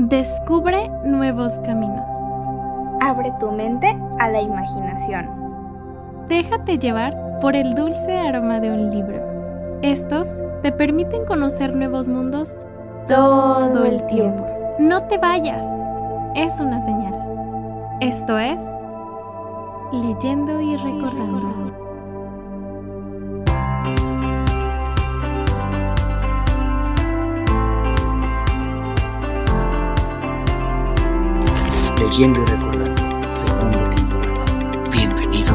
Descubre nuevos caminos. Abre tu mente a la imaginación. Déjate llevar por el dulce aroma de un libro. Estos te permiten conocer nuevos mundos todo el tiempo. No te vayas, es una señal. Esto es Leyendo y Recordando. Leyendo y Recordando, segunda temporada. Bienvenido.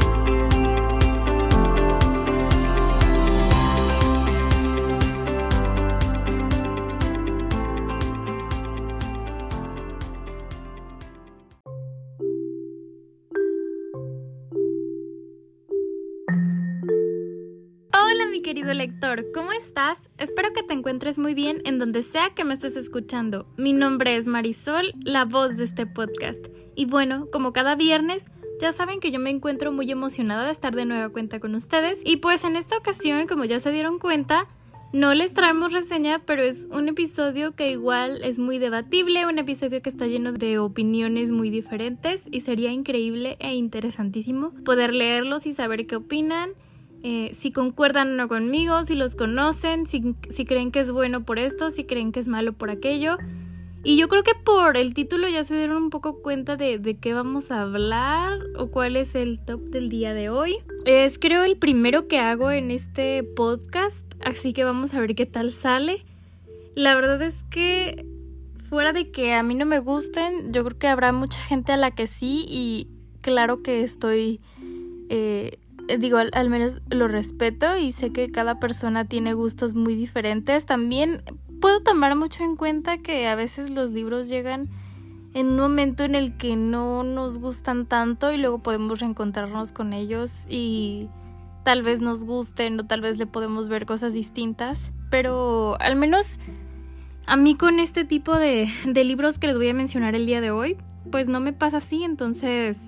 Hola mi querido lector, ¿cómo estás? Espero que te encuentres muy bien en donde sea que me estés escuchando. Mi nombre es Marisol, la voz de este podcast. Y bueno, como cada viernes, ya saben que yo me encuentro muy emocionada de estar de nueva cuenta con ustedes. Y pues en esta ocasión, como ya se dieron cuenta, no les traemos reseña, pero es un episodio que igual es muy debatible, un episodio que está lleno de opiniones muy diferentes y sería increíble e interesantísimo poder leerlos y saber qué opinan. Si concuerdan o no conmigo, si los conocen, si creen que es bueno por esto, si creen que es malo por aquello. Y yo creo que por el título ya se dieron un poco cuenta de qué vamos a hablar o cuál es el top del día de hoy. Es creo el primero que hago en este podcast, así que vamos a ver qué tal sale. La verdad es que fuera de que a mí no me gusten, yo creo que habrá mucha gente a la que sí y claro que estoy... al menos lo respeto y sé que cada persona tiene gustos muy diferentes. También puedo tomar mucho en cuenta que a veces los libros llegan en un momento en el que no nos gustan tanto y luego podemos reencontrarnos con ellos y tal vez nos gusten o tal vez le podemos ver cosas distintas. Pero al menos a mí con este tipo de libros que les voy a mencionar el día de hoy, pues no me pasa así, entonces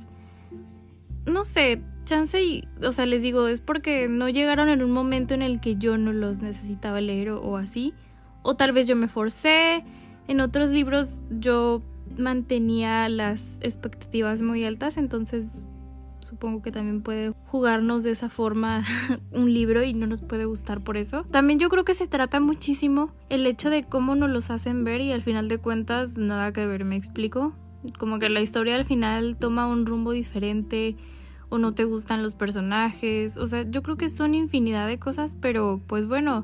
no sé, chance y, les digo, es porque no llegaron en un momento en el que yo no los necesitaba leer o así, o tal vez yo me forcé. En otros libros yo mantenía las expectativas muy altas, entonces supongo que también puede jugarnos de esa forma un libro y no nos puede gustar por eso. También yo creo que se trata muchísimo el hecho de cómo nos los hacen ver y al final de cuentas nada que ver, ¿me explico? Como que la historia al final toma un rumbo diferente o no te gustan los personajes, yo creo que son infinidad de cosas, pero pues bueno,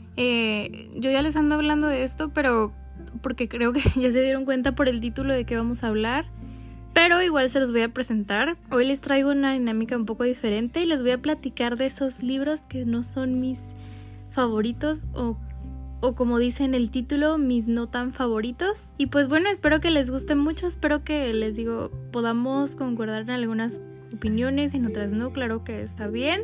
yo ya les ando hablando de esto, pero porque creo que ya se dieron cuenta por el título de qué vamos a hablar, pero igual se los voy a presentar. Hoy les traigo una dinámica un poco diferente y les voy a platicar de esos libros que no son mis favoritos o como dice en el título, mis no tan favoritos. Y pues bueno, espero que les guste mucho, espero que les digo, podamos concordar en algunas opiniones, en otras no, claro que está bien.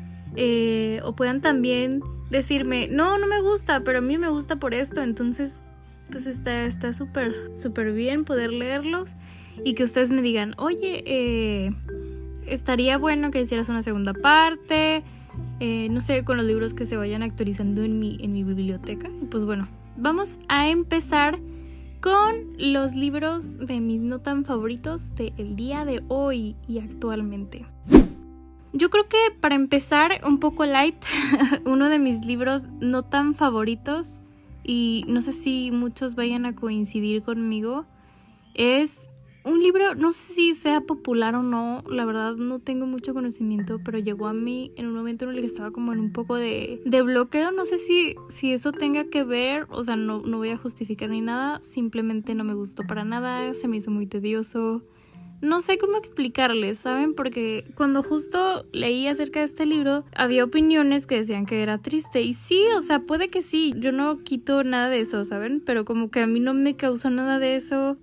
O puedan también decirme, no me gusta, pero a mí me gusta por esto, entonces pues está súper bien poder leerlos y que ustedes me digan, oye, estaría bueno que hicieras una segunda parte. No sé, con los libros que se vayan actualizando en mi biblioteca. Y pues bueno, vamos a empezar con los libros de mis no tan favoritos del día de hoy y actualmente. Yo creo que para empezar un poco light, uno de mis libros no tan favoritos, y no sé si muchos vayan a coincidir conmigo, es un libro, no sé si sea popular o no, la verdad no tengo mucho conocimiento, pero llegó a mí en un momento en el que estaba como en un poco de bloqueo. No sé si eso tenga que ver, no voy a justificar ni nada, simplemente no me gustó para nada, se me hizo muy tedioso. No sé cómo explicarles, ¿saben? Porque cuando justo leí acerca de este libro, había opiniones que decían que era triste. Y sí, puede que sí. Yo no quito nada de eso, ¿saben? Pero como que a mí no me causó nada de eso.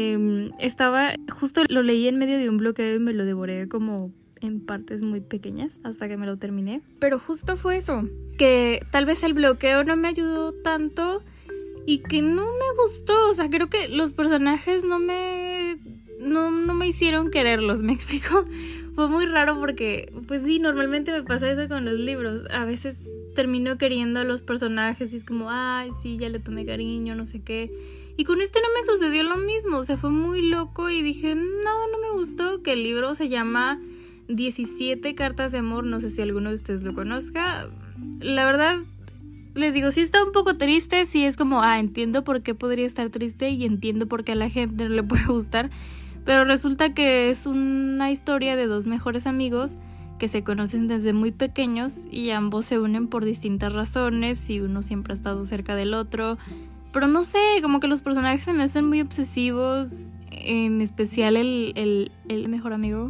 Justo lo leí en medio de un bloqueo y me lo devoré como en partes muy pequeñas hasta que me lo terminé. Pero justo fue eso, que tal vez el bloqueo no me ayudó tanto y que no me gustó. Creo que los personajes no me hicieron quererlos, ¿me explico? Fue muy raro porque, pues sí, normalmente me pasa eso con los libros. A veces termino queriendo a los personajes y es como, ay, sí, ya le tomé cariño, no sé qué. Y con este no me sucedió lo mismo, o sea, fue muy loco y dije, no me gustó, que el libro se llama 17 cartas de amor, no sé si alguno de ustedes lo conozca. La verdad, les digo, sí está un poco triste, sí es como, entiendo por qué podría estar triste y entiendo por qué a la gente no le puede gustar, pero resulta que es una historia de dos mejores amigos que se conocen desde muy pequeños y ambos se unen por distintas razones y uno siempre ha estado cerca del otro. Pero no sé, como que los personajes se me hacen muy obsesivos, en especial el mejor amigo.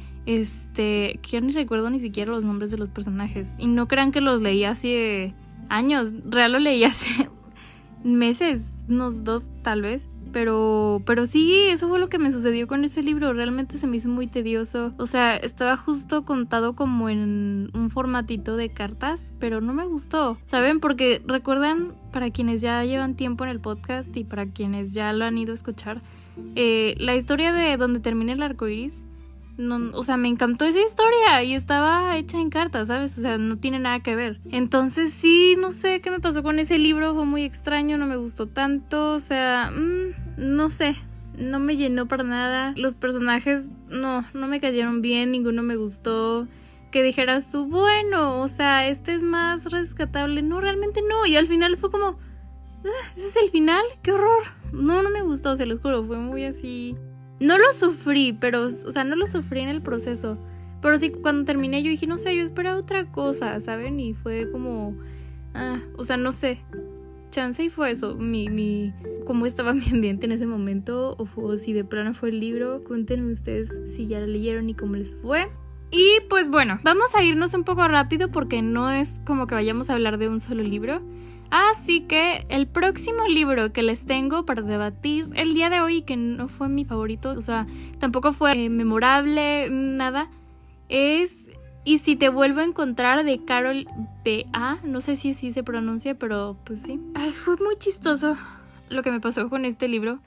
Que yo ni recuerdo ni siquiera los nombres de los personajes. Y no crean que los leí hace años, real lo leí hace meses, unos 2 tal vez. Pero sí, eso fue lo que me sucedió con ese libro. Realmente se me hizo muy tedioso. O sea, estaba justo contado como en un formatito de cartas, pero no me gustó, ¿saben? Porque recuerdan, para quienes ya llevan tiempo en el podcast y para quienes ya lo han ido a escuchar, la historia de donde termina el arco iris. No, o sea, me encantó esa historia y estaba hecha en cartas, ¿sabes? O sea, no tiene nada que ver. Entonces sí, no sé qué me pasó con ese libro, fue muy extraño, no me gustó tanto, o sea, no sé, no me llenó para nada. Los personajes no me cayeron bien, ninguno me gustó. Que dijeras tú, bueno, o sea, este es más rescatable. No, realmente no, y al final fue como, ¿ese es el final? ¡Qué horror! No me gustó, se los juro, fue muy así... No lo sufrí, pero, o sea, no lo sufrí en el proceso. Pero sí, cuando terminé yo dije, no sé, yo esperaba otra cosa, ¿saben? Y fue como, o sea, no sé. Chance y fue eso, cómo estaba mi ambiente en ese momento, o si de plano fue el libro. Cuéntenme ustedes si ya lo leyeron y cómo les fue. Y pues bueno, vamos a irnos un poco rápido porque no es como que vayamos a hablar de un solo libro. Así que el próximo libro que les tengo para debatir el día de hoy, que no fue mi favorito, o sea, tampoco fue memorable, nada, es Y si te vuelvo a encontrar, de Carol B.A. No sé si así se pronuncia, pero pues sí. Fue muy chistoso lo que me pasó con este libro,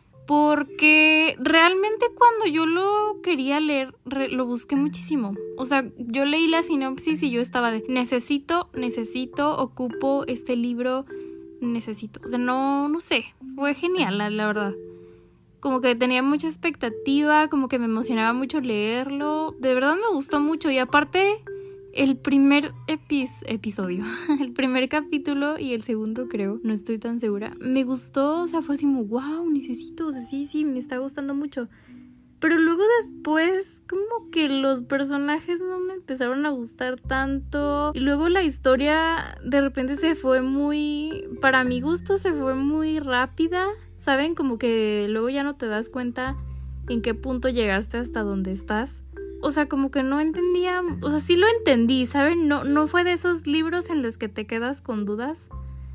porque realmente cuando yo lo quería leer, lo busqué muchísimo. O sea, yo leí la sinopsis y yo estaba de necesito, ocupo este libro, necesito. O sea, no sé, fue genial, la verdad. Como que tenía mucha expectativa, como que me emocionaba mucho leerlo. De verdad me gustó mucho. Y aparte, el primer episodio, el primer capítulo y el segundo creo, no estoy tan segura, me gustó. O sea, fue así como, wow, necesito, o sea, sí, me está gustando mucho. Pero luego después, como que los personajes no me empezaron a gustar tanto. Y luego la historia de repente se fue muy, para mi gusto, se fue muy rápida. ¿Saben? Como que luego ya no te das cuenta en qué punto llegaste hasta donde estás. O sea, como que no entendía. O sea, sí lo entendí, ¿saben? No fue de esos libros en los que te quedas con dudas.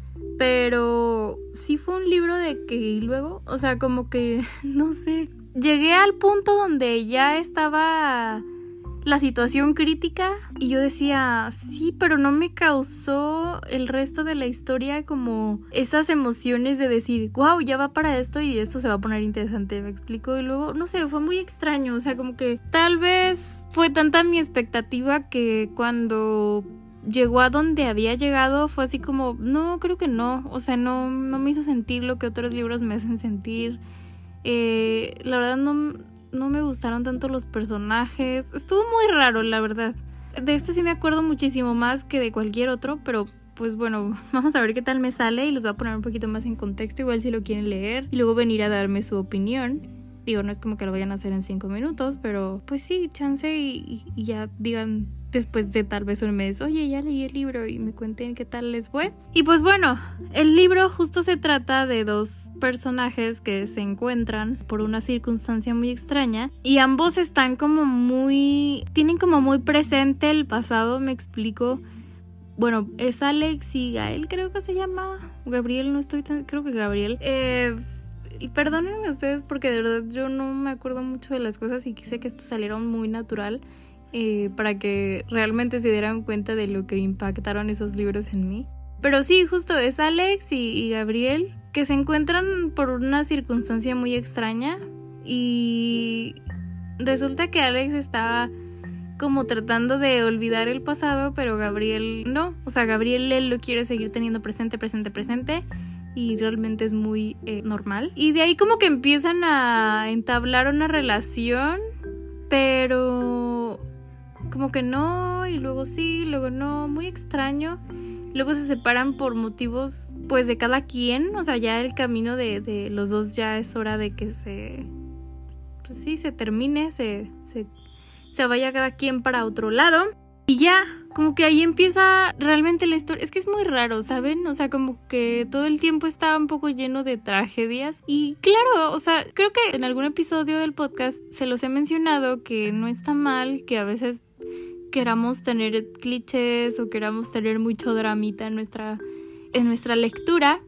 Pero sí fue un libro de que y luego, o sea, como que, no sé. Llegué al punto donde ya estaba la situación crítica y yo decía, sí, pero no me causó el resto de la historia como esas emociones de decir, wow, ya va para esto y esto se va a poner interesante, ¿me explico? Y luego, no sé, fue muy extraño, o sea, como que tal vez fue tanta mi expectativa que cuando llegó a donde había llegado fue así como, no, creo que no, o sea, no me hizo sentir lo que otros libros me hacen sentir. La verdad no me gustaron tanto los personajes. Estuvo muy raro, la verdad. De este sí me acuerdo muchísimo más que de cualquier otro, pero pues bueno, vamos a ver qué tal me sale y los voy a poner un poquito más en contexto, igual si lo quieren leer, y luego venir a darme su opinión. Digo, no es como que lo vayan a hacer en 5 minutos, pero pues sí, chance y ya digan después de tal vez un mes, oye, ya leí el libro, y me cuenten qué tal les fue. Y pues bueno, el libro justo se trata de dos personajes que se encuentran por una circunstancia muy extraña y ambos están como tienen como muy presente el pasado, me explico. Bueno, es Alex y Gael, creo que se llama. Gabriel, no estoy tan... creo que Gabriel. Perdónenme ustedes porque de verdad yo no me acuerdo mucho de las cosas y quise que esto saliera muy natural, para que realmente se dieran cuenta de lo que impactaron esos libros en mí. Pero sí, justo es Alex y Gabriel, que se encuentran por una circunstancia muy extraña y resulta que Alex estaba como tratando de olvidar el pasado, pero Gabriel no. O sea, Gabriel él lo quiere seguir teniendo presente. Y realmente es muy normal. Y de ahí como que empiezan a entablar una relación, pero como que no, y luego sí, luego no, muy extraño. Luego se separan por motivos pues de cada quien, o sea, ya el camino de los dos ya es hora de que se termine, se vaya cada quien para otro lado. Y ya, como que ahí empieza realmente la historia. Es que es muy raro, ¿saben? O sea, como que todo el tiempo estaba un poco lleno de tragedias. Y claro, o sea, creo que en algún episodio del podcast se los he mencionado que no está mal que a veces queramos tener clichés o queramos tener mucho dramita en nuestra lectura.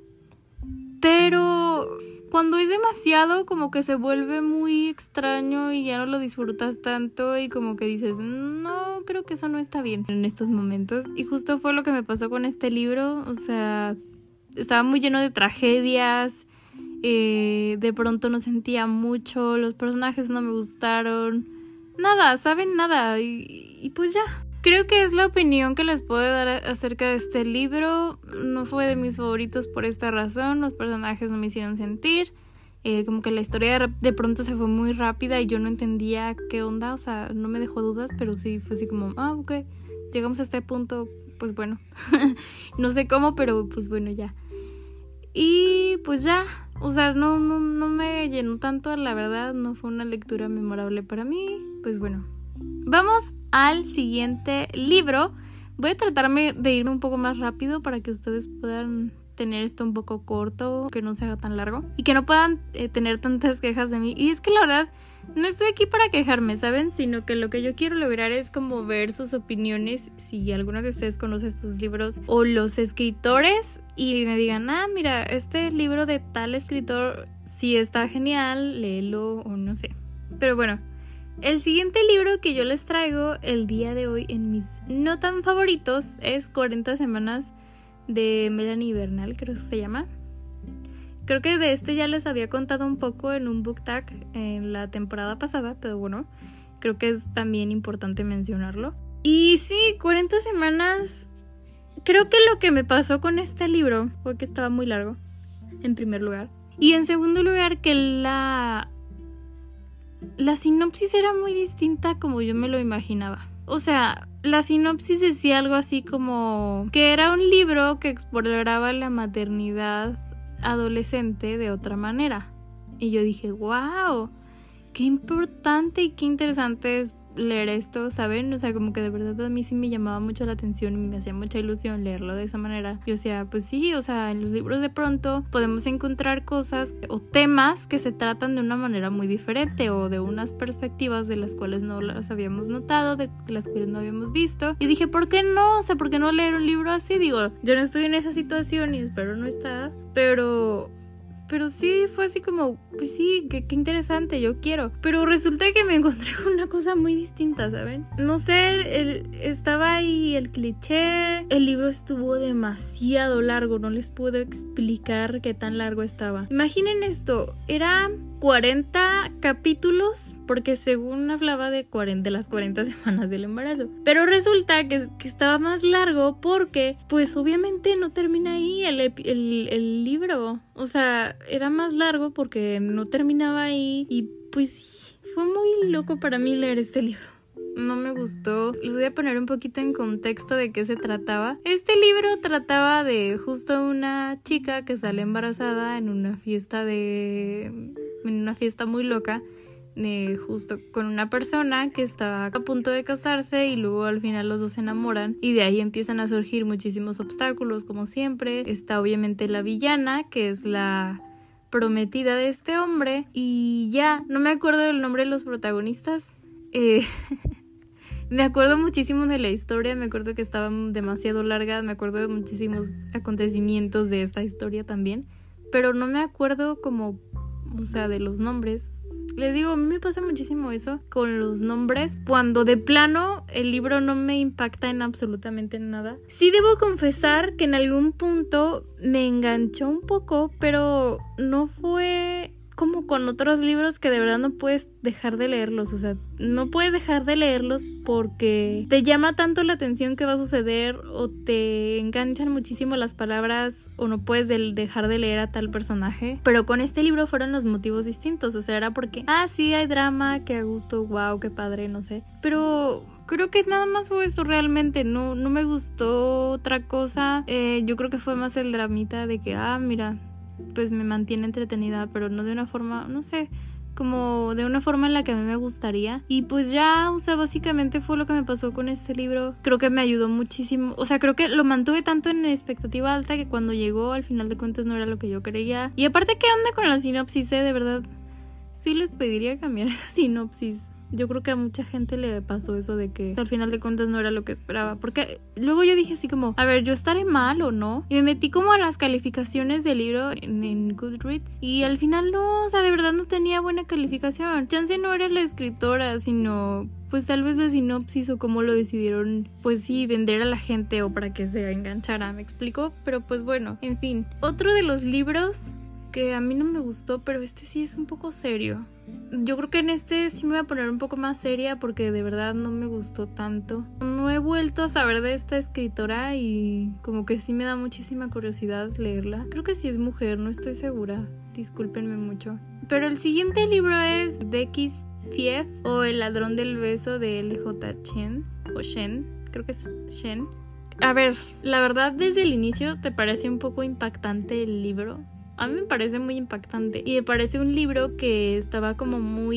Pero cuando es demasiado, como que se vuelve muy extraño y ya no lo disfrutas tanto y como que dices, no, creo que eso no está bien en estos momentos. Y justo fue lo que me pasó con este libro. O sea, estaba muy lleno de tragedias, de pronto no sentía mucho, los personajes no me gustaron, nada, ¿saben? Nada. Y pues ya. Creo que es la opinión que les puedo dar acerca de este libro. No fue de mis favoritos por esta razón. Los personajes no me hicieron sentir. Como que la historia de pronto se fue muy rápida y yo no entendía qué onda. O sea, no me dejó dudas, pero sí fue así como, ok, llegamos a este punto, pues bueno. No sé cómo, pero pues bueno, ya. Y pues ya, o sea, no me llenó tanto, la verdad. No fue una lectura memorable para mí. Pues bueno, vamos al siguiente libro. Voy a tratarme de irme un poco más rápido para que ustedes puedan tener esto un poco corto, que no se haga tan largo y que no puedan tener tantas quejas de mí. Y es que la verdad no estoy aquí para quejarme, ¿saben? Sino que lo que yo quiero lograr es como ver sus opiniones, si alguno de ustedes conoce estos libros o los escritores y me digan, mira, este libro de tal escritor sí está genial, léelo o no sé. Pero bueno, el siguiente libro que yo les traigo el día de hoy en mis no tan favoritos es 40 semanas de Melanie Bernal, creo que se llama. Creo que de este ya les había contado un poco en un book tag en la temporada pasada, pero bueno, creo que es también importante mencionarlo. Y sí, 40 semanas, creo que lo que me pasó con este libro fue que estaba muy largo, en primer lugar. Y en segundo lugar, que la sinopsis era muy distinta como yo me lo imaginaba. O sea, la sinopsis decía algo así como que era un libro que exploraba la maternidad adolescente de otra manera. Y yo dije, wow, qué importante y qué interesante es leer esto, ¿saben? O sea, como que de verdad a mí sí me llamaba mucho la atención y me hacía mucha ilusión leerlo de esa manera. Y o sea, pues sí, o sea, en los libros de pronto podemos encontrar cosas o temas que se tratan de una manera muy diferente o de unas perspectivas de las cuales no las habíamos notado, de las cuales no habíamos visto. Y dije, ¿por qué no? O sea, ¿por qué no leer un libro así? Digo, yo no estoy en esa situación y espero no estar, pero sí, fue así como, pues sí, qué interesante, yo quiero. Pero resulta que me encontré con una cosa muy distinta, ¿saben? No sé, estaba ahí el cliché, el libro estuvo demasiado largo, no les puedo explicar qué tan largo estaba. Imaginen esto, eran 40 capítulos, porque según hablaba de las 40 semanas del embarazo. Pero resulta que estaba más largo porque, pues obviamente no termina ahí el libro. O sea, era más largo porque no terminaba ahí. Y pues fue muy loco para mí leer este libro. No me gustó. Les voy a poner un poquito en contexto de qué se trataba. Este libro trataba de justo una chica que sale embarazada en una fiesta muy loca, justo con una persona que está a punto de casarse y luego al final los dos se enamoran y de ahí empiezan a surgir muchísimos obstáculos como siempre. Está obviamente la villana, que es la prometida de este hombre, y ya, no me acuerdo del nombre de los protagonistas. Me acuerdo muchísimo de la historia, me acuerdo que estaba demasiado larga, me acuerdo de muchísimos acontecimientos de esta historia también, pero no me acuerdo como, o sea, de los nombres. Les digo, a mí me pasa muchísimo eso con los nombres, cuando de plano el libro no me impacta en absolutamente nada. Sí debo confesar que en algún punto me enganchó un poco, pero no fue como con otros libros que de verdad no puedes dejar de leerlos, o sea, no puedes dejar de leerlos porque te llama tanto la atención que va a suceder o te enganchan muchísimo las palabras o no puedes dejar de leer a tal personaje. Pero con este libro fueron los motivos distintos, o sea, era porque, sí, hay drama, que a gusto, wow, qué padre, no sé, pero creo que nada más fue esto realmente, no me gustó otra cosa. Yo creo que fue más el dramita de que, mira, pues me mantiene entretenida, pero no de una forma, no sé, como de una forma en la que a mí me gustaría. Y pues ya, o sea, básicamente fue lo que me pasó con este libro. Creo que me ayudó muchísimo, o sea, creo que lo mantuve tanto en expectativa alta que cuando llegó al final de cuentas no era lo que yo creía. Y aparte, ¿qué onda con la sinopsis? De verdad, sí les pediría cambiar esa sinopsis. Yo creo que a mucha gente le pasó eso de que al final de cuentas no era lo que esperaba. Porque luego yo dije así como, a ver, ¿yo estaré mal o no? Y me metí como a las calificaciones del libro en Goodreads. Y al final no, o sea, de verdad no tenía buena calificación. Chance no era la escritora, sino pues tal vez la sinopsis o cómo lo decidieron, pues sí, vender a la gente o para que se enganchara, ¿me explico? Pero pues bueno, en fin. Otro de los libros que a mí no me gustó, pero este sí es un poco serio. Yo creo que en este sí me voy a poner un poco más seria porque de verdad no me gustó tanto. No he vuelto a saber de esta escritora y como que sí me da muchísima curiosidad leerla. Creo que sí es mujer, no estoy segura. Discúlpenme mucho. Pero el siguiente libro es Becky Thief o El ladrón del beso de L.J. Chen o Shen. Creo que es Shen. A ver, la verdad desde el inicio te parece un poco impactante el libro. A mí me parece muy impactante y me parece un libro que estaba como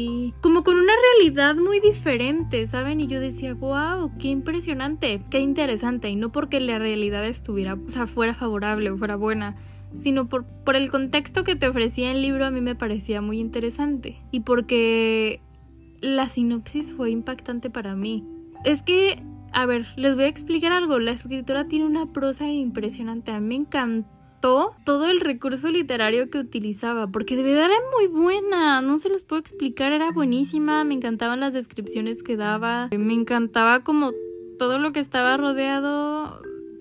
con una realidad muy diferente, ¿saben? Y yo decía, wow, qué impresionante, qué interesante. Y no porque la realidad estuviera, o sea, fuera favorable o fuera buena, sino por el contexto que te ofrecía el libro. A mí me parecía muy interesante y porque la sinopsis fue impactante para mí. Es que, a ver, les voy a explicar algo. La escritora tiene una prosa impresionante. A mí me encantó todo el recurso literario que utilizaba, porque de verdad era muy buena, no se los puedo explicar, era buenísima, me encantaban las descripciones que daba, me encantaba como todo lo que estaba rodeado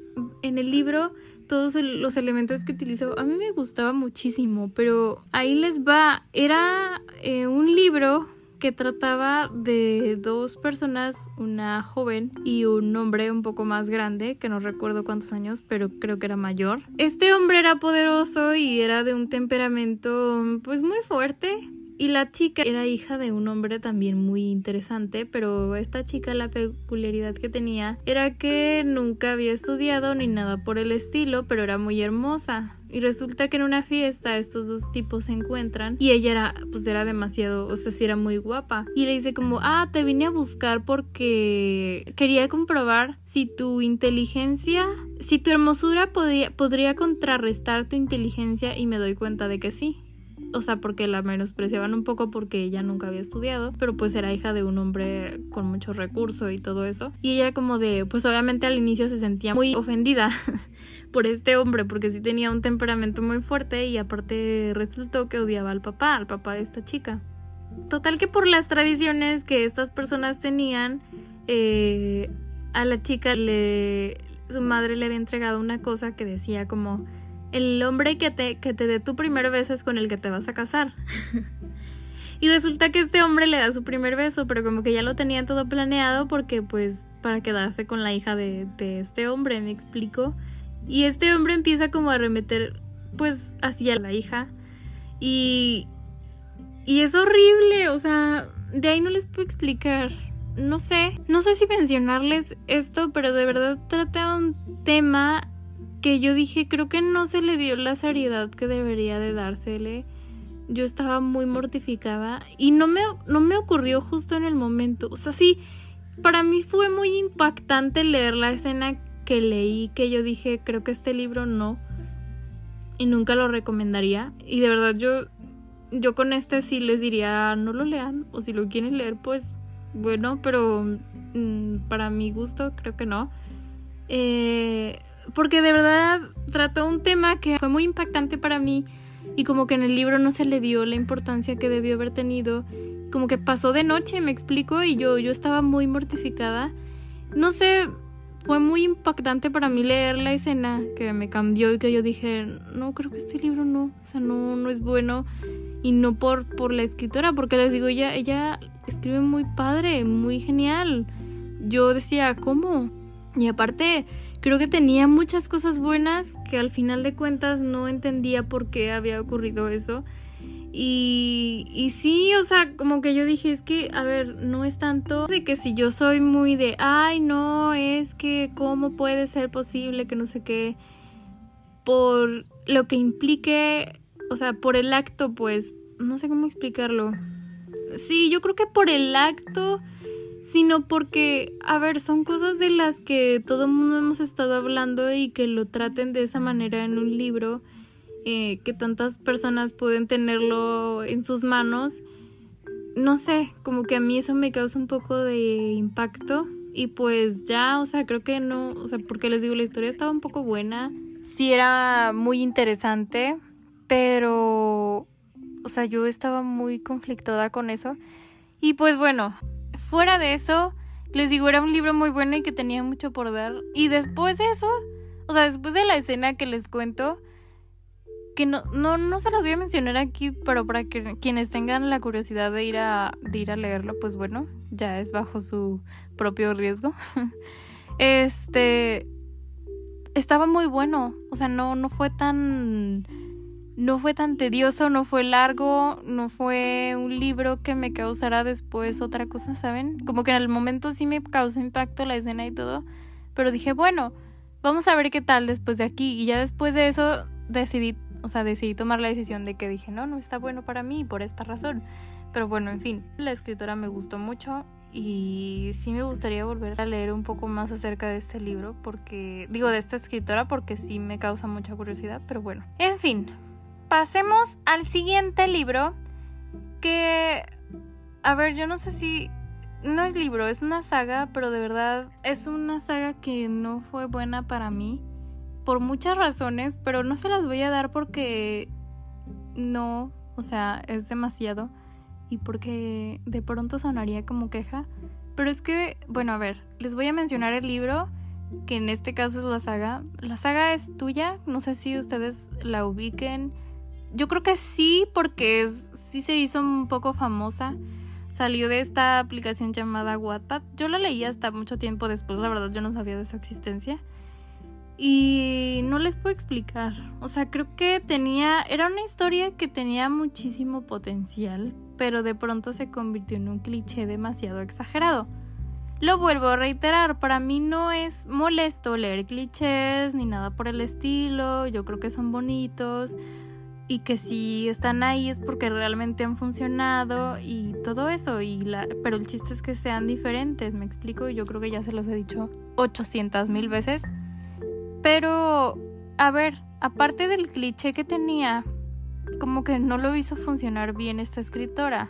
en el libro, todos los elementos que utilizó, a mí me gustaba muchísimo, pero ahí les va, era un libro que trataba de dos personas, una joven y un hombre un poco más grande, que no recuerdo cuántos años, pero creo que era mayor. Este hombre era poderoso y era de un temperamento pues muy fuerte. Y la chica era hija de un hombre también muy interesante, pero esta chica, la peculiaridad que tenía era que nunca había estudiado ni nada por el estilo, pero era muy hermosa. Y resulta que en una fiesta estos dos tipos se encuentran y ella era demasiado, o sea, sí era muy guapa. Y le dice como, te vine a buscar porque quería comprobar si tu inteligencia, si tu hermosura podría contrarrestar tu inteligencia, y me doy cuenta de que sí. O sea, porque la menospreciaban un poco porque ella nunca había estudiado, pero pues era hija de un hombre con mucho recurso y todo eso. Y ella como de, pues obviamente al inicio se sentía muy ofendida por este hombre porque sí tenía un temperamento muy fuerte y aparte resultó que odiaba al papá de esta chica. Total que por las tradiciones que estas personas tenían, a la chica su madre le había entregado una cosa que decía como: el hombre que te dé tu primer beso es con el que te vas a casar. Y resulta que este hombre le da su primer beso, pero como que ya lo tenía todo planeado porque pues para quedarse con la hija de este hombre, ¿me explico? Y este hombre empieza como a arremeter pues hacia la hija y es horrible, o sea, de ahí no les puedo explicar. No sé si mencionarles esto, pero de verdad trata un tema que yo dije, creo que no se le dio la seriedad que debería de dársele. Yo estaba muy mortificada y no me ocurrió justo en el momento. O sea, sí, para mí fue muy impactante leer la escena que leí, que yo dije, creo que este libro no, y nunca lo recomendaría. Y de verdad yo con este sí les diría, no lo lean, o si lo quieren leer, pues bueno, pero para mi gusto creo que no. Porque de verdad trató un tema que fue muy impactante para mí y como que en el libro no se le dio la importancia que debió haber tenido. Como que pasó de noche, me explico, y yo estaba muy mortificada. No sé, fue muy impactante para mí leer la escena que me cambió y que yo dije, no, creo que este libro no, o sea, no es bueno. y no por la escritora, porque les digo, ella escribe muy padre, muy genial. Yo decía, ¿cómo? Y aparte, creo que tenía muchas cosas buenas que al final de cuentas no entendía por qué había ocurrido eso. Y sí, o sea, como que yo dije, es que, a ver, no es tanto de que si yo soy muy de, ay, no, es que cómo puede ser posible que no sé qué, por lo que implique, o sea, por el acto, pues, no sé cómo explicarlo. Sí, yo creo que por el acto, sino porque, a ver, son cosas de las que todo el mundo hemos estado hablando y que lo traten de esa manera en un libro, que tantas personas pueden tenerlo en sus manos. No sé, como que a mí eso me causa un poco de impacto y pues ya, o sea, creo que no, o sea, porque les digo, la historia estaba un poco buena, sí era muy interesante, pero, o sea, yo estaba muy conflictuada con eso y pues bueno, fuera de eso, les digo, era un libro muy bueno y que tenía mucho por dar. Y después de eso, o sea, después de la escena que les cuento, que no se las voy a mencionar aquí, pero para que quienes tengan la curiosidad de ir a leerlo, pues bueno, ya es bajo su propio riesgo. Estaba muy bueno, o sea, no fue tan tedioso, no fue largo, no fue un libro que me causara después otra cosa, ¿saben? Como que en el momento sí me causó impacto la escena y todo, pero dije, bueno, vamos a ver qué tal después de aquí. Y ya después de eso decidí tomar la decisión de que dije, no está bueno para mí por esta razón. Pero bueno, en fin, la escritora me gustó mucho y sí me gustaría volver a leer un poco más acerca de este libro, de esta escritora, porque sí me causa mucha curiosidad, pero bueno. En fin, pasemos al siguiente libro que, a ver, yo no sé si... No es libro, es una saga, pero de verdad es una saga que no fue buena para mí. Por muchas razones, pero no se las voy a dar porque no, o sea, es demasiado y porque de pronto sonaría como queja, pero es que, bueno, a ver, les voy a mencionar el libro, que en este caso es la saga. La saga es tuya, no sé si ustedes la ubiquen, yo creo que sí, porque sí se hizo un poco famosa, salió de esta aplicación llamada Wattpad. Yo la leí hasta mucho tiempo después, la verdad yo no sabía de su existencia. Y no les puedo explicar, o sea, creo que era una historia que tenía muchísimo potencial, pero de pronto se convirtió en un cliché demasiado exagerado. Lo vuelvo a reiterar, para mí no es molesto leer clichés ni nada por el estilo, yo creo que son bonitos y que si están ahí es porque realmente han funcionado y todo eso, pero el chiste es que sean diferentes, me explico, y yo creo que ya se los he dicho 800,000 veces. Pero, a ver, aparte del cliché que tenía, como que no lo hizo funcionar bien esta escritora.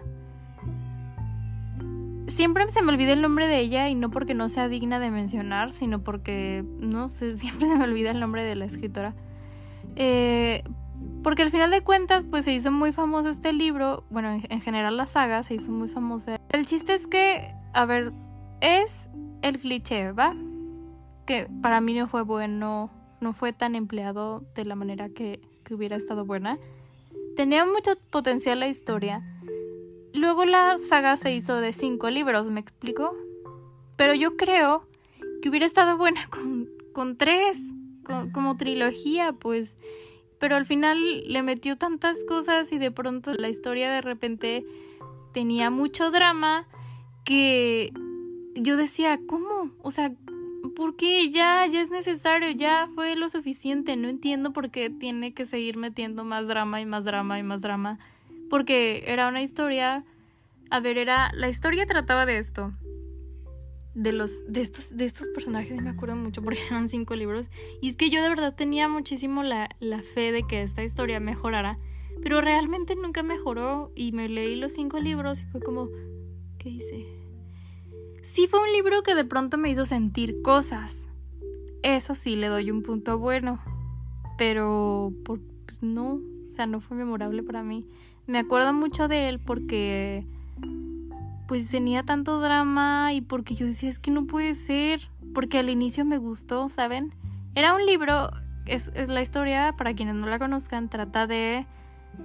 Siempre se me olvida el nombre de ella y no porque no sea digna de mencionar, sino porque, no sé, siempre se me olvida el nombre de la escritora. Porque al final de cuentas, pues se hizo muy famoso este libro, bueno, en general la saga se hizo muy famosa. El chiste es que, a ver, es el cliché, ¿va? Que para mí no fue bueno, no fue tan empleado de la manera que hubiera estado buena. Tenía mucho potencial la historia. Luego la saga se hizo de 5 libros, ¿me explico? Pero yo creo que hubiera estado buena con 3, como trilogía, pues. Pero al final le metió tantas cosas y de pronto la historia de repente tenía mucho drama que yo decía, ¿cómo? O sea, ¿por qué? Ya es necesario, ya fue lo suficiente. No entiendo por qué tiene que seguir metiendo más drama y más drama y más drama. Porque era una historia... A ver, la historia trataba de esto. De estos personajes, me acuerdo mucho porque eran 5 libros. Y es que yo de verdad tenía muchísimo la fe de que esta historia mejorara. Pero realmente nunca mejoró. Y me leí los 5 libros y fue como... ¿Qué hice? Sí fue un libro que de pronto me hizo sentir cosas. Eso sí, le doy un punto bueno. Pero pues no, o sea, no fue memorable para mí. Me acuerdo mucho de él porque pues tenía tanto drama y porque yo decía, es que no puede ser. Porque al inicio me gustó, ¿saben? Era un libro, es la historia, para quienes no la conozcan, trata de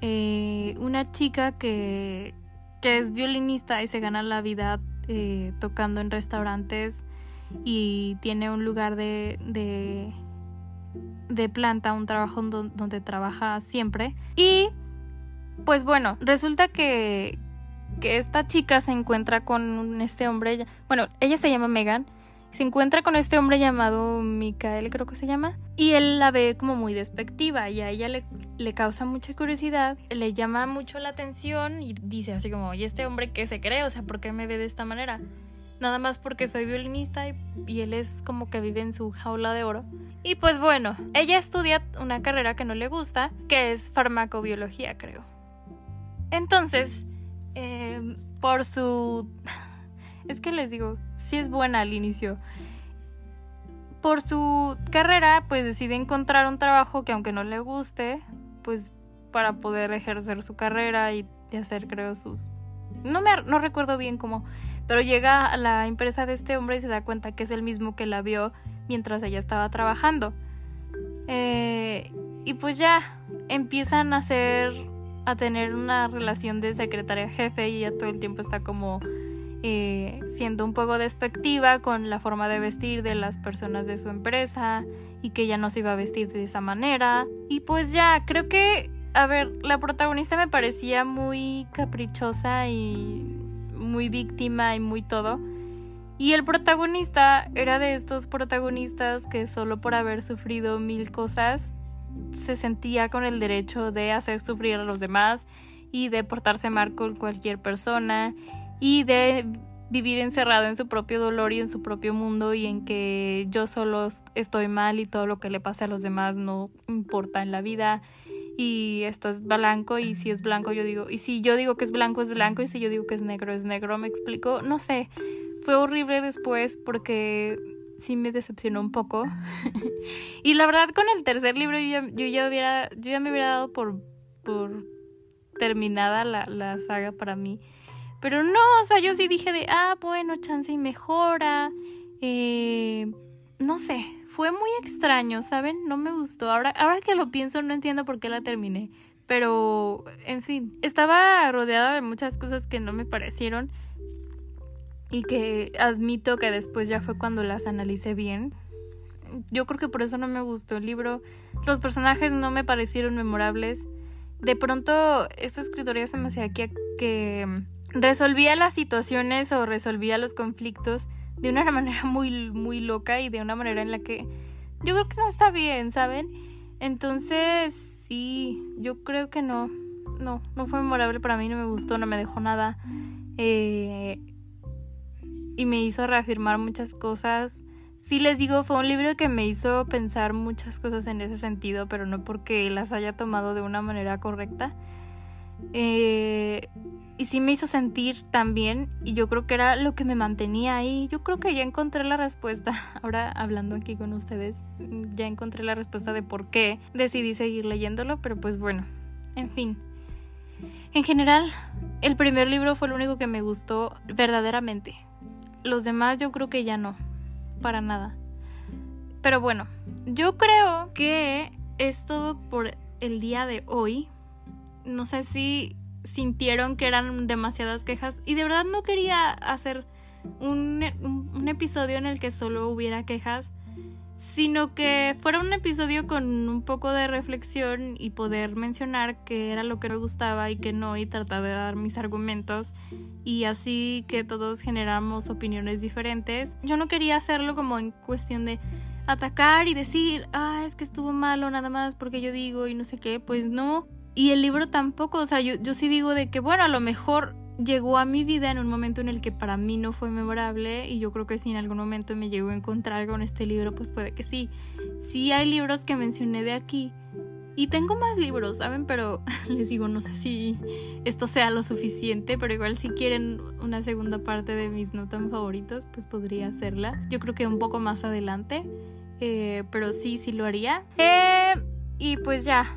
una chica que es violinista y se gana la vida tocando en restaurantes y tiene un lugar de planta, un trabajo donde trabaja siempre. Y pues bueno, resulta que esta chica se encuentra con este hombre, bueno, ella se llama Megan, se encuentra con este hombre llamado Michael, creo que se llama, y él la ve como muy despectiva y a ella le causa mucha curiosidad, le llama mucho la atención y dice así como, oye, ¿este hombre qué se cree? O sea, ¿por qué me ve de esta manera? Nada más porque soy violinista y él es como que vive en su jaula de oro. Y pues bueno, ella estudia una carrera que no le gusta, que es farmacobiología, creo. Entonces, por su... Es que les digo, sí es buena al inicio. Por su carrera, pues decide encontrar un trabajo que aunque no le guste, pues para poder ejercer su carrera y hacer, creo, sus... No recuerdo bien cómo, pero llega a la empresa de este hombre y se da cuenta que es el mismo que la vio mientras ella estaba trabajando. Y pues ya empiezan a tener una relación de secretaria jefe y ella todo el tiempo está como siendo un poco despectiva con la forma de vestir de las personas de su empresa y que ella no se iba a vestir de esa manera. Y pues ya, creo que, a ver, la protagonista me parecía muy caprichosa y muy víctima y muy todo. Y el protagonista era de estos protagonistas que solo por haber sufrido 1000 cosas se sentía con el derecho de hacer sufrir a los demás y de portarse mal con cualquier persona y de vivir encerrado en su propio dolor y en su propio mundo y en que yo solo estoy mal y todo lo que le pase a los demás no importa en la vida y esto es blanco y si es blanco yo digo, y si yo digo que es blanco y si yo digo que es negro, ¿me explico? No sé, fue horrible después porque sí me decepcionó un poco. Y la verdad con el tercer libro yo ya me hubiera dado por terminada la saga para mí. Pero no, o sea, yo sí dije bueno, chance y mejora. No sé, fue muy extraño, ¿saben? No me gustó. Ahora que lo pienso no entiendo por qué la terminé. Pero, en fin, estaba rodeada de muchas cosas que no me parecieron. Y que admito que después ya fue cuando las analicé bien. Yo creo que por eso no me gustó el libro. Los personajes no me parecieron memorables. De pronto, esta escritora se me hacía que resolvía las situaciones o resolvía los conflictos de una manera muy, muy loca y de una manera en la que yo creo que no está bien, ¿saben? Entonces, sí, yo creo que no fue memorable para mí, no me gustó, no me dejó nada. Y me hizo reafirmar muchas cosas. Sí, les digo, fue un libro que me hizo pensar muchas cosas en ese sentido, pero no porque las haya tomado de una manera correcta. Y sí me hizo sentir también, y yo creo que era lo que me mantenía ahí. Yo creo que ya encontré la respuesta. Ahora hablando aquí con ustedes, ya encontré la respuesta de por qué decidí seguir leyéndolo, pero pues bueno, en fin. En general, el primer libro fue lo único que me gustó verdaderamente. Los demás yo creo que ya no, para nada. Pero bueno, yo creo que es todo por el día de hoy. No sé si sintieron que eran demasiadas quejas y de verdad no quería hacer un episodio en el que solo hubiera quejas, sino que fuera un episodio con un poco de reflexión y poder mencionar qué era lo que me gustaba y qué no, y tratar de dar mis argumentos y así que todos generamos opiniones diferentes. Yo no quería hacerlo como en cuestión de atacar y decir, es que estuvo malo nada más porque yo digo y no sé qué, pues no. Y el libro tampoco, o sea, yo sí digo de que bueno, a lo mejor llegó a mi vida en un momento en el que para mí no fue memorable y yo creo que si en algún momento me llegó a encontrar con este libro, pues puede que sí. Sí hay libros que mencioné de aquí y tengo más libros, ¿saben? Pero les digo, no sé si esto sea lo suficiente, pero igual si quieren una segunda parte de mis no tan favoritos, pues podría hacerla. Yo creo que un poco más adelante, pero sí lo haría. Y pues ya.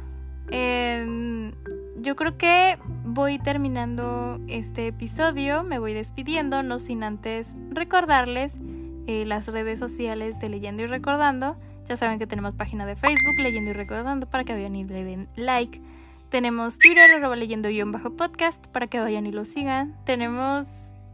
Yo creo que voy terminando este episodio, me voy despidiendo, no sin antes recordarles las redes sociales de Leyendo y Recordando. Ya saben que tenemos página de Facebook, Leyendo y Recordando, para que vayan y le den like. Tenemos Twitter, @leyendo_podcast, para que vayan y lo sigan. Tenemos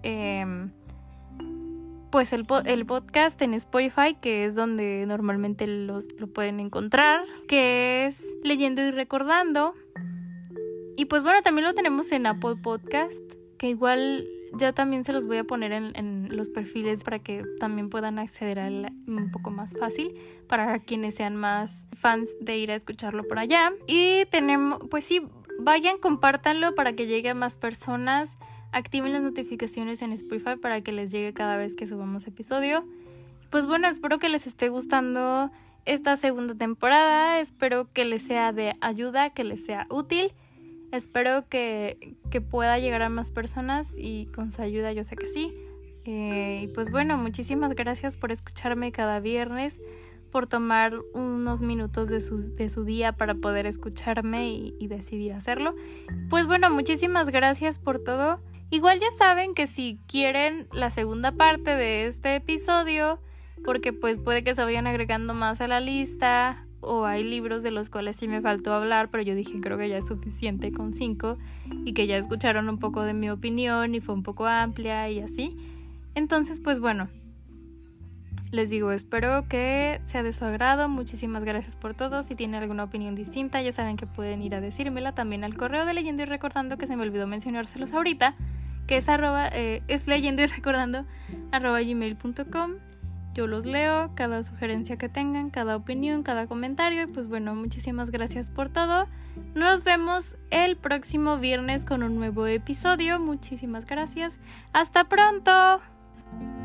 pues el podcast en Spotify, que es donde normalmente lo pueden encontrar, que es Leyendo y Recordando. Y pues bueno, también lo tenemos en Apple Podcast, que igual ya también se los voy a poner en los perfiles para que también puedan acceder a él un poco más fácil, para quienes sean más fans de ir a escucharlo por allá. Y tenemos, pues sí, vayan, compártanlo para que llegue a más personas. Activen las notificaciones en Spotify para que les llegue cada vez que subamos episodio. Pues bueno, espero que les esté gustando esta segunda temporada. Espero que les sea de ayuda, que les sea útil. Espero que pueda llegar a más personas, y con su ayuda yo sé que sí. Y pues bueno, muchísimas gracias por escucharme cada viernes, por tomar unos minutos de su día para poder escucharme y decidir hacerlo. Pues bueno, muchísimas gracias por todo. Igual ya saben que si quieren la segunda parte de este episodio, porque pues puede que se vayan agregando más a la lista, o hay libros de los cuales sí me faltó hablar, pero yo dije creo que ya es suficiente con 5, y que ya escucharon un poco de mi opinión y fue un poco amplia y así. Entonces pues bueno, les digo, espero que sea de su agrado. Muchísimas gracias por todo. Si tienen alguna opinión distinta, ya saben que pueden ir a decírmela también al correo de Leyendo y Recordando, que se me olvidó mencionárselos ahorita, que es leyendoyrecordando@gmail.com. Yo los leo, cada sugerencia que tengan, cada opinión, cada comentario. Y pues bueno, muchísimas gracias por todo. Nos vemos el próximo viernes con un nuevo episodio. Muchísimas gracias. ¡Hasta pronto!